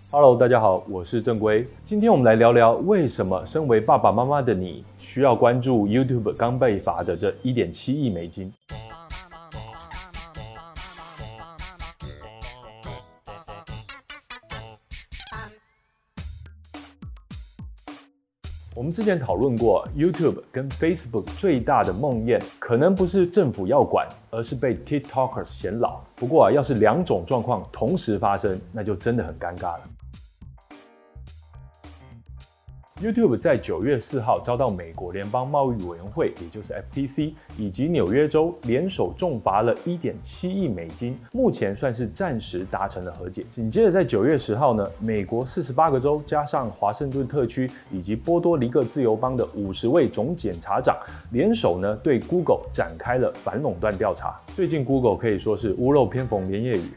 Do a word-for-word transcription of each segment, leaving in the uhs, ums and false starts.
Hello， 大家好，我是正规。今天我们来聊聊为什么身为爸爸妈妈的你需要关注 YouTube 刚被罚的这 一点七亿美金。我们之前讨论过 ，YouTube 跟 Facebook 最大的梦魇，可能不是政府要管，而是被 TikTokers 嫌老。不过啊，要是两种状况同时发生，那就真的很尴尬了。YouTube 在九月四号遭到美国联邦贸易委员会，也就是 F T C 以及纽约州联手重罚了 一点七亿美金，目前算是暂时达成了和解。紧接着在九月十号呢，美国四十八个州加上华盛顿特区以及波多黎各自由邦的五十位总检察长联手呢，对 Google 展开了反垄断调查。最近 Google 可以说是屋漏偏逢连夜雨。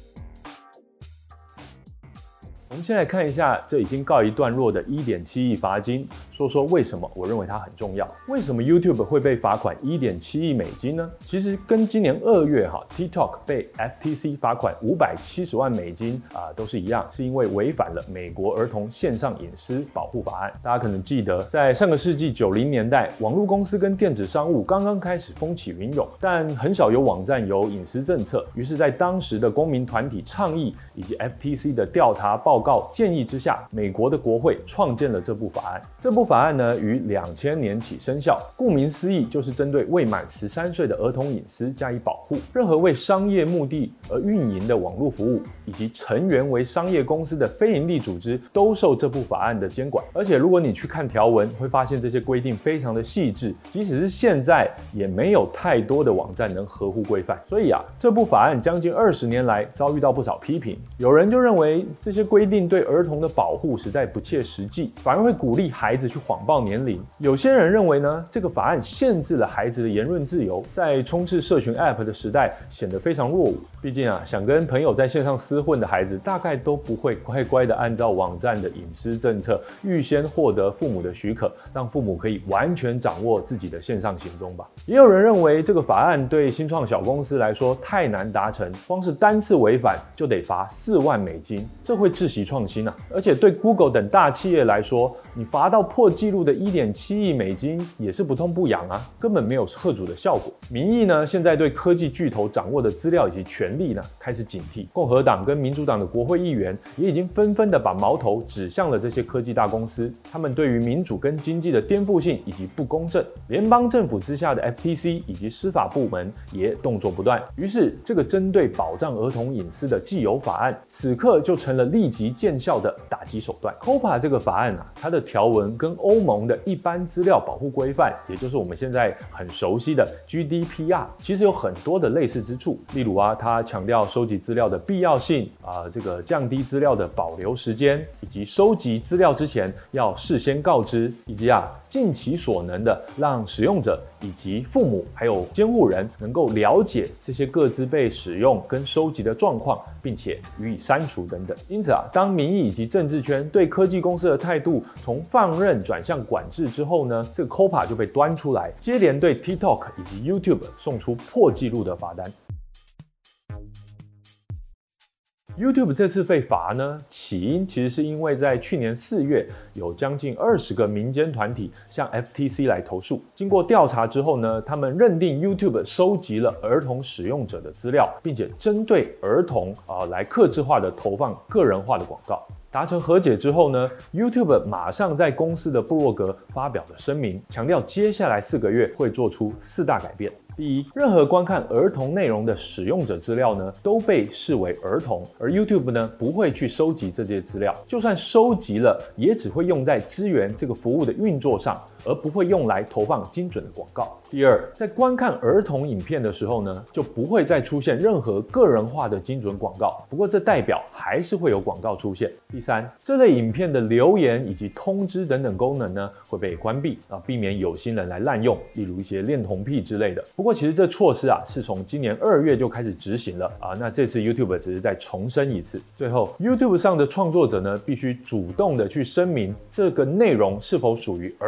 我们先来看一下这已经告一段落的 一点七亿罚金，说说为什么我认为它很重要。为什么 YouTube 会被罚款 一点七亿美金呢？其实跟今年二月哈 TikTok 被 F T C 罚款五百七十万美金啊、呃、都是一样，是因为违反了美国儿童线上隐私保护法案。大家可能记得，在上个世纪九零年代，网络公司跟电子商务刚刚开始风起云涌，但很少有网站有隐私政策。于是，在当时的公民团体倡议以及 F T C 的调查报告建议之下，美国的国会创建了这部法案。这部法案呢，于两千年起生效。顾名思义，就是针对未满十三岁的儿童隐私加以保护。任何为商业目的而运营的网络服务，以及成员为商业公司的非营利组织，都受这部法案的监管。而且，如果你去看条文，会发现这些规定非常的细致，即使是现在，也没有太多的网站能合乎规范。所以啊，这部法案将近二十年来遭遇到不少批评。有人就认为这些规定对儿童的保护实在不切实际，反而会鼓励孩子去谎报年龄。有些人认为呢，这个法案限制了孩子的言论自由，在充斥社群 App 的时代显得非常落伍。毕竟啊，想跟朋友在线上厮混的孩子，大概都不会乖乖的按照网站的隐私政策，预先获得父母的许可，让父母可以完全掌握自己的线上行踪吧。也有人认为这个法案对新创小公司来说太难达成，光是单次违反就得罚四万美金，这会窒息创新啊！而且对 Google 等大企业来说，你罚到破纪录的 一点七亿美金也是不痛不痒啊，根本没有吓阻的效果。民意呢，现在对科技巨头掌握的资料以及权力呢，开始警惕。共和党跟民主党的国会议员也已经纷纷的把矛头指向了这些科技大公司，他们对于民主跟经济的颠覆性以及不公正。联邦政府之下的 F T C 以及司法部门也动作不断，于是这个针对保障儿童隐私的既有法案，此刻就成了立即见效的打击手段。C O P A 这个法案啊，它的条文跟欧盟的一般资料保护规范，也就是我们现在很熟悉的 G D P R， 其实有很多的类似之处。例如啊，它强调收集资料的必要性啊、呃，这个降低资料的保留时间，以及收集资料之前要事先告知，以及啊尽其所能的让使用者以及父母还有监护人能够了解这些个资被使用跟收集的状况，并且予以删除等等。因此啊，当民意以及政治圈对科技公司的态度从放任转向管制之后呢，这个 C O P A 就被端出来，接连对 TikTok 以及 YouTube 送出破纪录的罚单。YouTube 这次被罚呢，起因其实是因为在去年四月，有将近二十个民间团体向 F T C 来投诉。经过调查之后呢，他们认定 YouTube 收集了儿童使用者的资料，并且针对儿童啊、呃、来客制化的投放个人化的广告。达成和解之后呢 ，YouTube 马上在公司的部落格发表了声明，强调接下来四个月会做出四大改变。第一，任何观看儿童内容的使用者资料呢，都被视为儿童，而 YouTube 呢不会去收集这些资料，就算收集了，也只会用在支援这个服务的运作上，而不会用来投放精准的广告。第二，在观看儿童影片的时候呢，就不会再出现任何个人化的精准广告，不过这代表还是会有广告出现。第三，这类影片的留言以及通知等等功能呢，会被关闭啊，避免有心人来滥用，例如一些恋童癖之类的。不过其实这措施啊，是从今年二月就开始执行了啊，那这次 YouTube 只是再重申一次。最后 ，YouTube 上的创作者呢，必须主动的去声明这个内容是否属于儿童影片。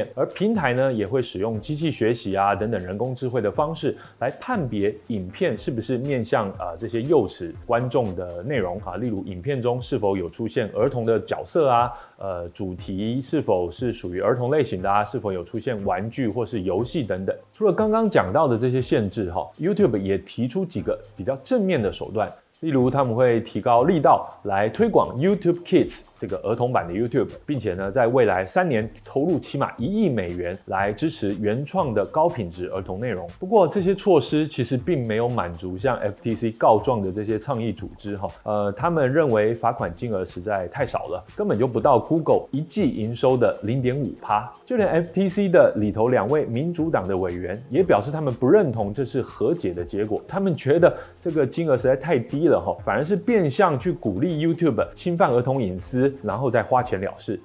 片，而平台呢也会使用机器学习啊等等人工智慧的方式来判别影片是不是面向啊、呃、这些幼齿观众的内容啊，例如影片中是否有出现儿童的角色啊，呃主题是否是属于儿童类型的啊，是否有出现玩具或是游戏等等。除了刚刚讲到的这些限制哈 ，YouTube 也提出几个比较正面的手段。例如，他们会提高力道来推广 YouTube Kids 这个儿童版的 YouTube， 并且呢，在未来三年投入起码一亿美元来支持原创的高品质儿童内容。不过，这些措施其实并没有满足像 F T C 告状的这些倡议组织哈，呃，他们认为罚款金额实在太少了，根本就不到 Google 一季营收的 零点五趴。就连 F T C 的里头两位民主党的委员也表示，他们不认同这是和解的结果，他们觉得这个金额实在太低了。反而是变相去鼓励 YouTube 侵犯儿童隐私，然后再花钱了事。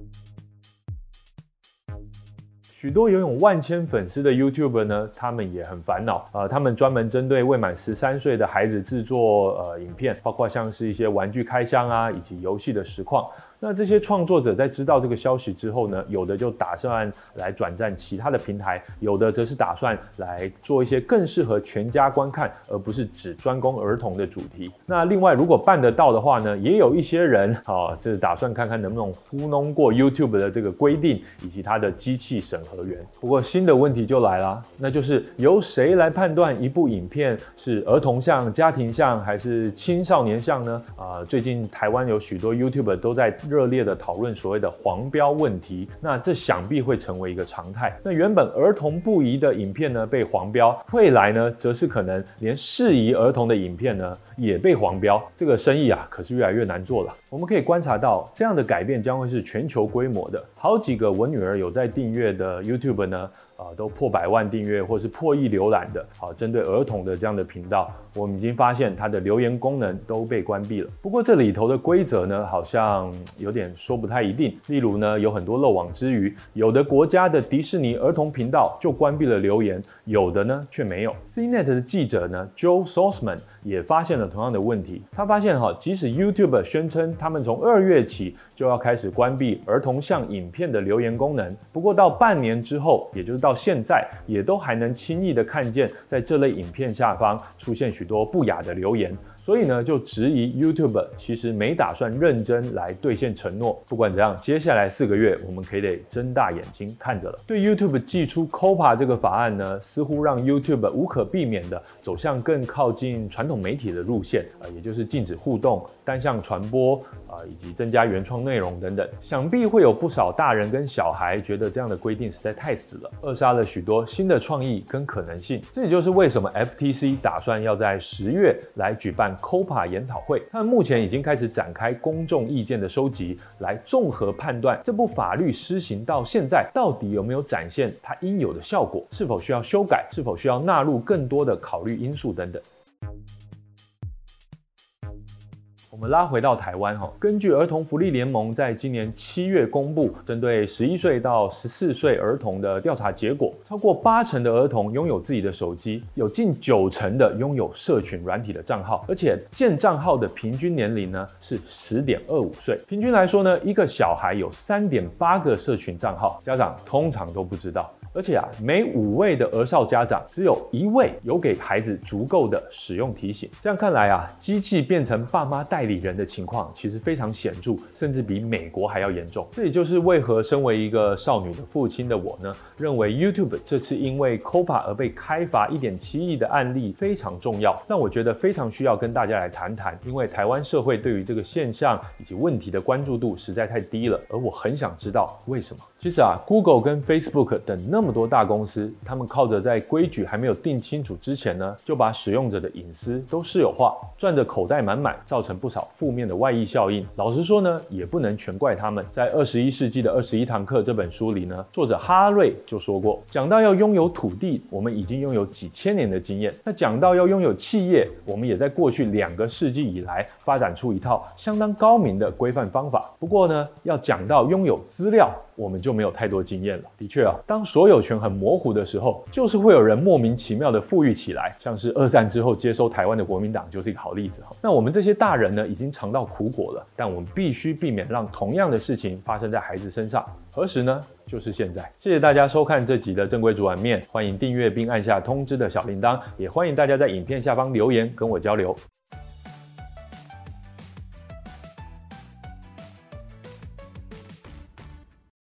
许多拥有万千粉丝的 YouTuber 呢，他们也很烦恼，呃，他们专门针对未满十三岁的孩子制作呃影片，包括像是一些玩具开箱啊，以及游戏的实况。那这些创作者在知道这个消息之后呢，有的就打算来转战其他的平台，有的则是打算来做一些更适合全家观看，而不是只专攻儿童的主题。那另外，如果办得到的话呢，也有一些人啊，就是打算看看能不能糊弄过 YouTube 的这个规定以及它的机器审核员。不过新的问题就来了，那就是由谁来判断一部影片是儿童向、家庭向还是青少年向呢？啊、呃，最近台湾有许多 YouTuber 都在热烈的讨论所谓的黄标问题，那这想必会成为一个常态。那原本儿童不宜的影片呢被黄标，未来呢则是可能连适宜儿童的影片呢也被黄标，这个生意啊可是越来越难做了。我们可以观察到，这样的改变将会是全球规模的。好几个我女儿有在订阅的 YouTube 呢，啊、呃，都破百万订阅或是破亿浏览的，好、啊，针对儿童的这样的频道，我们已经发现它的留言功能都被关闭了。不过这里头的规则呢，好像有点说不太一定。例如呢，有很多漏网之鱼，有的国家的迪士尼儿童频道就关闭了留言，有的呢却没有。C Net 的记者呢 Joe Salzman 也发现了同样的问题。他发现哈，即使 YouTube 宣称他们从二月起就要开始关闭儿童向影片的留言功能，不过到半年之后，也就是到现在，也都还能轻易的看见在这类影片下方出现许多不雅的留言。所以呢，就质疑 YouTube 其实没打算认真来兑现承诺。不管怎样，接下来四个月我们可以得睁大眼睛看着了。对 YouTube 寄出 C O P A 这个法案呢，似乎让 YouTube 无可避免的走向更靠近传统媒体的路线，呃，也就是禁止互动、单向传播，呃，以及增加原创内容等等。想必会有不少大人跟小孩觉得这样的规定实在太死了，扼杀了许多新的创意跟可能性。这也就是为什么 F T C 打算要在十月来举办 C O P A 研讨会，他们目前已经开始展开公众意见的收集，来综合判断这部法律施行到现在到底有没有展现它应有的效果，是否需要修改，是否需要纳入更多的考虑因素等等。我们拉回到台湾哈，根据儿童福利联盟在今年七月公布针对十一岁到十四岁儿童的调查结果，超过八成的儿童拥有自己的手机，有近九成的拥有社群软体的账号，而且建账号的平均年龄呢是十点二五岁。平均来说呢，一个小孩有三点八个社群账号，家长通常都不知道。而且啊，每五位的儿少家长只有一位有给孩子足够的使用提醒。这样看来啊，机器变成爸妈代理人的情况其实非常显著，甚至比美国还要严重。这也就是为何身为一个少女的父亲的我呢，认为 YouTube 这次因为 C O P A 而被开罚一点七亿的案例非常重要，让我觉得非常需要跟大家来谈谈。因为台湾社会对于这个现象以及问题的关注度实在太低了，而我很想知道为什么。其实啊 ，Google 跟 Facebook 等那么那么多大公司，他们靠着在规矩还没有定清楚之前呢，就把使用者的隐私都私有化，赚得口袋满满，造成不少负面的外溢效应。老实说呢，也不能全怪他们。在《二十一世纪的二十一堂课》这本书里呢，作者哈瑞就说过，讲到要拥有土地，我们已经拥有几千年的经验；那讲到要拥有企业，我们也在过去两个世纪以来发展出一套相当高明的规范方法。不过呢，要讲到拥有资料， 我们就没有太多经验了。的确啊，当所有权很模糊的时候，就是会有人莫名其妙的富裕起来，像是二战之后接收台湾的国民党就是一个好例子。那我们这些大人呢，已经尝到苦果了，但我们必须避免让同样的事情发生在孩子身上。何时呢？就是现在。谢谢大家收看这集的正规煮碗面，欢迎订阅并按下通知的小铃铛，也欢迎大家在影片下方留言跟我交流。